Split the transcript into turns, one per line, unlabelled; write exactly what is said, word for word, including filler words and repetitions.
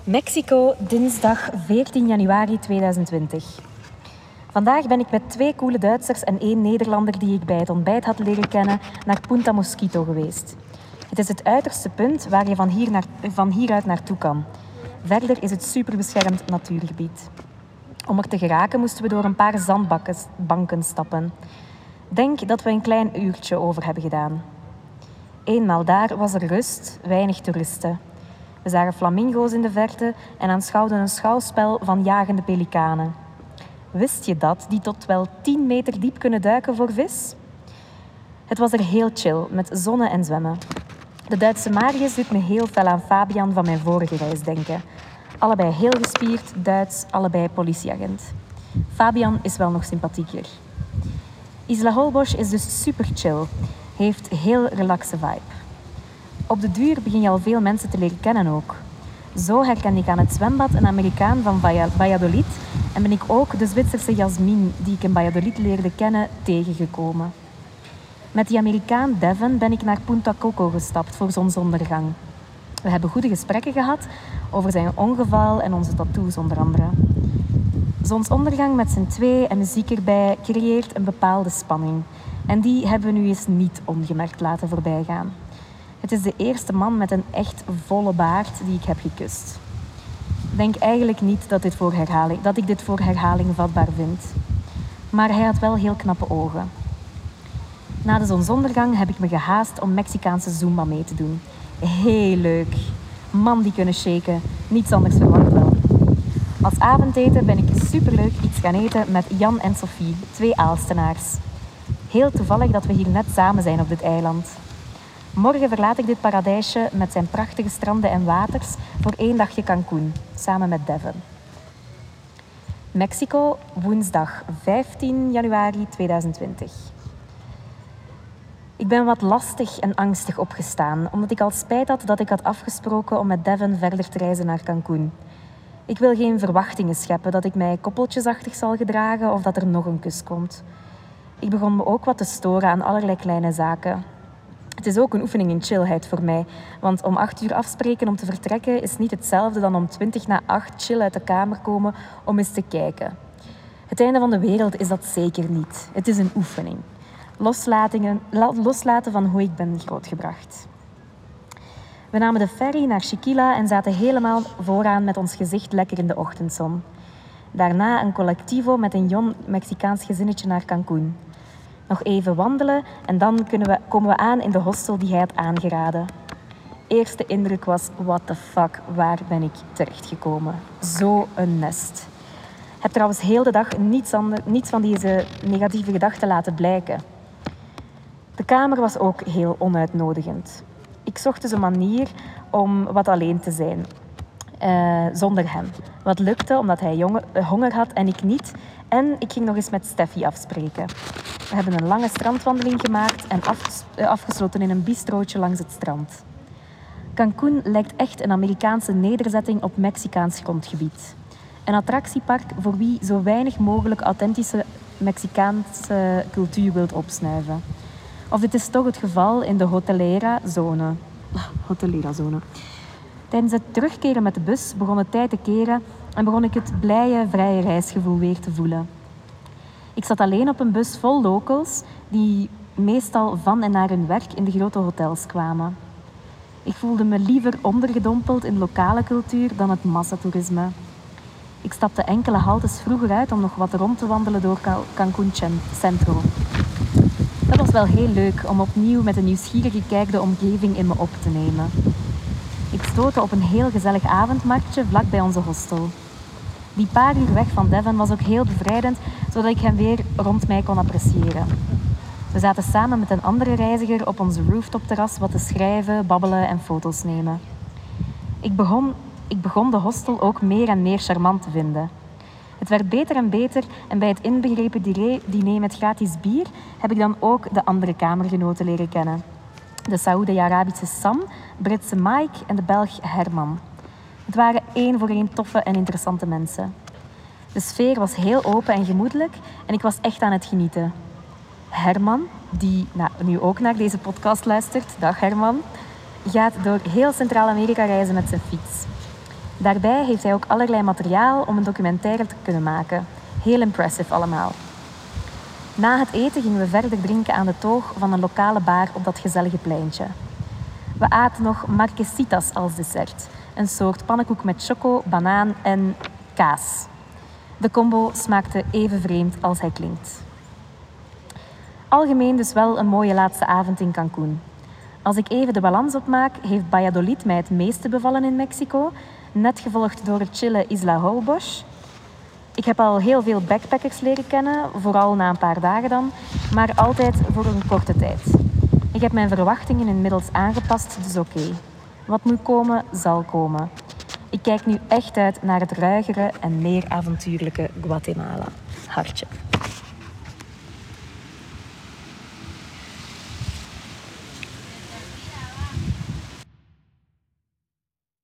Mexico, dinsdag veertien januari tweeduizend twintig. Vandaag ben ik met twee coole Duitsers en één Nederlander die ik bij het ontbijt had leren kennen naar Punta Mosquito geweest. Het is het uiterste punt waar je van, hier naar, van hieruit naartoe kan. Verder is het superbeschermd natuurgebied. Om er te geraken moesten we door een paar zandbanken stappen. Denk dat we een klein uurtje over hebben gedaan. Eenmaal daar was er rust, weinig toeristen. We zagen flamingo's in de verte en aanschouwden een schouwspel van jagende pelikanen. Wist je dat die tot wel tien meter diep kunnen duiken voor vis? Het was er heel chill, met zonnen en zwemmen. De Duitse Marius doet me heel fel aan Fabian van mijn vorige reis denken. Allebei heel gespierd, Duits, allebei politieagent. Fabian is wel nog sympathieker. Isla Holbox is dus super chill, heeft heel relaxe vibe. Op de duur begin je al veel mensen te leren kennen ook. Zo herkende ik aan het zwembad een Amerikaan van Valladolid en ben ik ook de Zwitserse Jasmin, die ik in Valladolid leerde kennen, tegengekomen. Met die Amerikaan Devin ben ik naar Punta Coco gestapt voor zonsondergang. We hebben goede gesprekken gehad over zijn ongeval en onze tattoos onder andere. Zonsondergang met z'n twee en muziek erbij creëert een bepaalde spanning. En die hebben we nu eens niet ongemerkt laten voorbijgaan. Het is de eerste man met een echt volle baard die ik heb gekust. Ik denk eigenlijk niet dat, dit voor herhaling, dat ik dit voor herhaling vatbaar vind. Maar hij had wel heel knappe ogen. Na de zonsondergang heb ik me gehaast om Mexicaanse Zumba mee te doen. Heel leuk. Man die kunnen shaken. Niets anders verwacht wel. Als avondeten ben ik superleuk iets gaan eten met Jan en Sophie, twee Aalstenaars. Heel toevallig dat we hier net samen zijn op dit eiland. Morgen verlaat ik dit paradijsje met zijn prachtige stranden en waters voor één dagje Cancún, samen met Devin. Mexico, woensdag vijftien januari tweeduizend twintig. Ik ben wat lastig en angstig opgestaan, omdat ik al spijt had dat ik had afgesproken om met Devin verder te reizen naar Cancún. Ik wil geen verwachtingen scheppen dat ik mij koppeltjesachtig zal gedragen of dat er nog een kus komt. Ik begon me ook wat te storen aan allerlei kleine zaken. Het is ook een oefening in chillheid voor mij, want om acht uur afspreken om te vertrekken is niet hetzelfde dan om twintig na acht chill uit de kamer komen om eens te kijken. Het einde van de wereld is dat zeker niet. Het is een oefening. Loslatingen, loslaten van hoe ik ben grootgebracht. We namen de ferry naar Chiquila en zaten helemaal vooraan met ons gezicht lekker in de ochtendzon. Daarna een collectivo met een jong Mexicaans gezinnetje naar Cancún. Nog even wandelen en dan kunnen we, komen we aan in de hostel die hij had aangeraden. Eerste indruk was, what the fuck, waar ben ik terechtgekomen? Zo een nest. Ik heb trouwens heel de dag niets, ander, niets van deze negatieve gedachten laten blijken. De kamer was ook heel onuitnodigend. Ik zocht dus een manier om wat alleen te zijn, uh, zonder hem. Wat lukte omdat hij jonge, uh, honger had en ik niet. En ik ging nog eens met Steffi afspreken. We hebben een lange strandwandeling gemaakt en afges- uh, afgesloten in een bistrootje langs het strand. Cancún lijkt echt een Amerikaanse nederzetting op Mexicaans grondgebied. Een attractiepark voor wie zo weinig mogelijk authentische Mexicaanse cultuur wilt opsnuiven. Of dit is toch het geval in de Hotelera-zone. Hotelera-zone. Tijdens het terugkeren met de bus begon het tijd te keren en begon ik het blije, vrije reisgevoel weer te voelen. Ik zat alleen op een bus vol locals die meestal van en naar hun werk in de grote hotels kwamen. Ik voelde me liever ondergedompeld in lokale cultuur dan het massatoerisme. Ik stapte enkele haltes vroeger uit om nog wat rond te wandelen door Cancún Centro. Dat was wel heel leuk om opnieuw met een nieuwsgierige kijk de omgeving in me op te nemen. Ik stootte op een heel gezellig avondmarktje vlak bij onze hostel. Die paar uur weg van Devin was ook heel bevrijdend, zodat ik hem weer rond mij kon appreciëren. We zaten samen met een andere reiziger op onze rooftopterras wat te schrijven, babbelen en foto's nemen. Ik begon, ik begon de hostel ook meer en meer charmant te vinden. Het werd beter en beter en bij het inbegrepen diner met gratis bier heb ik dan ook de andere kamergenoten leren kennen. De Saoedi-Arabische Sam, Britse Mike en de Belg Herman. Het waren één voor één toffe en interessante mensen. De sfeer was heel open en gemoedelijk en ik was echt aan het genieten. Herman, die nou, nu ook naar deze podcast luistert, dag Herman, gaat door heel Centraal-Amerika reizen met zijn fiets. Daarbij heeft hij ook allerlei materiaal om een documentaire te kunnen maken. Heel impressive allemaal. Na het eten gingen we verder drinken aan de toog van een lokale bar op dat gezellige pleintje. We aten nog marquesitas als dessert, een soort pannenkoek met choco, banaan en kaas. De combo smaakte even vreemd als hij klinkt. Algemeen dus wel een mooie laatste avond in Cancún. Als ik even de balans opmaak, heeft Valladolid mij het meeste bevallen in Mexico, net gevolgd door het chille Isla Holbox. Ik heb al heel veel backpackers leren kennen, vooral na een paar dagen dan, maar altijd voor een korte tijd. Ik heb mijn verwachtingen inmiddels aangepast, dus oké. Okay. Wat moet komen, zal komen. Ik kijk nu echt uit naar het ruigere en meer avontuurlijke Guatemala. Hartje.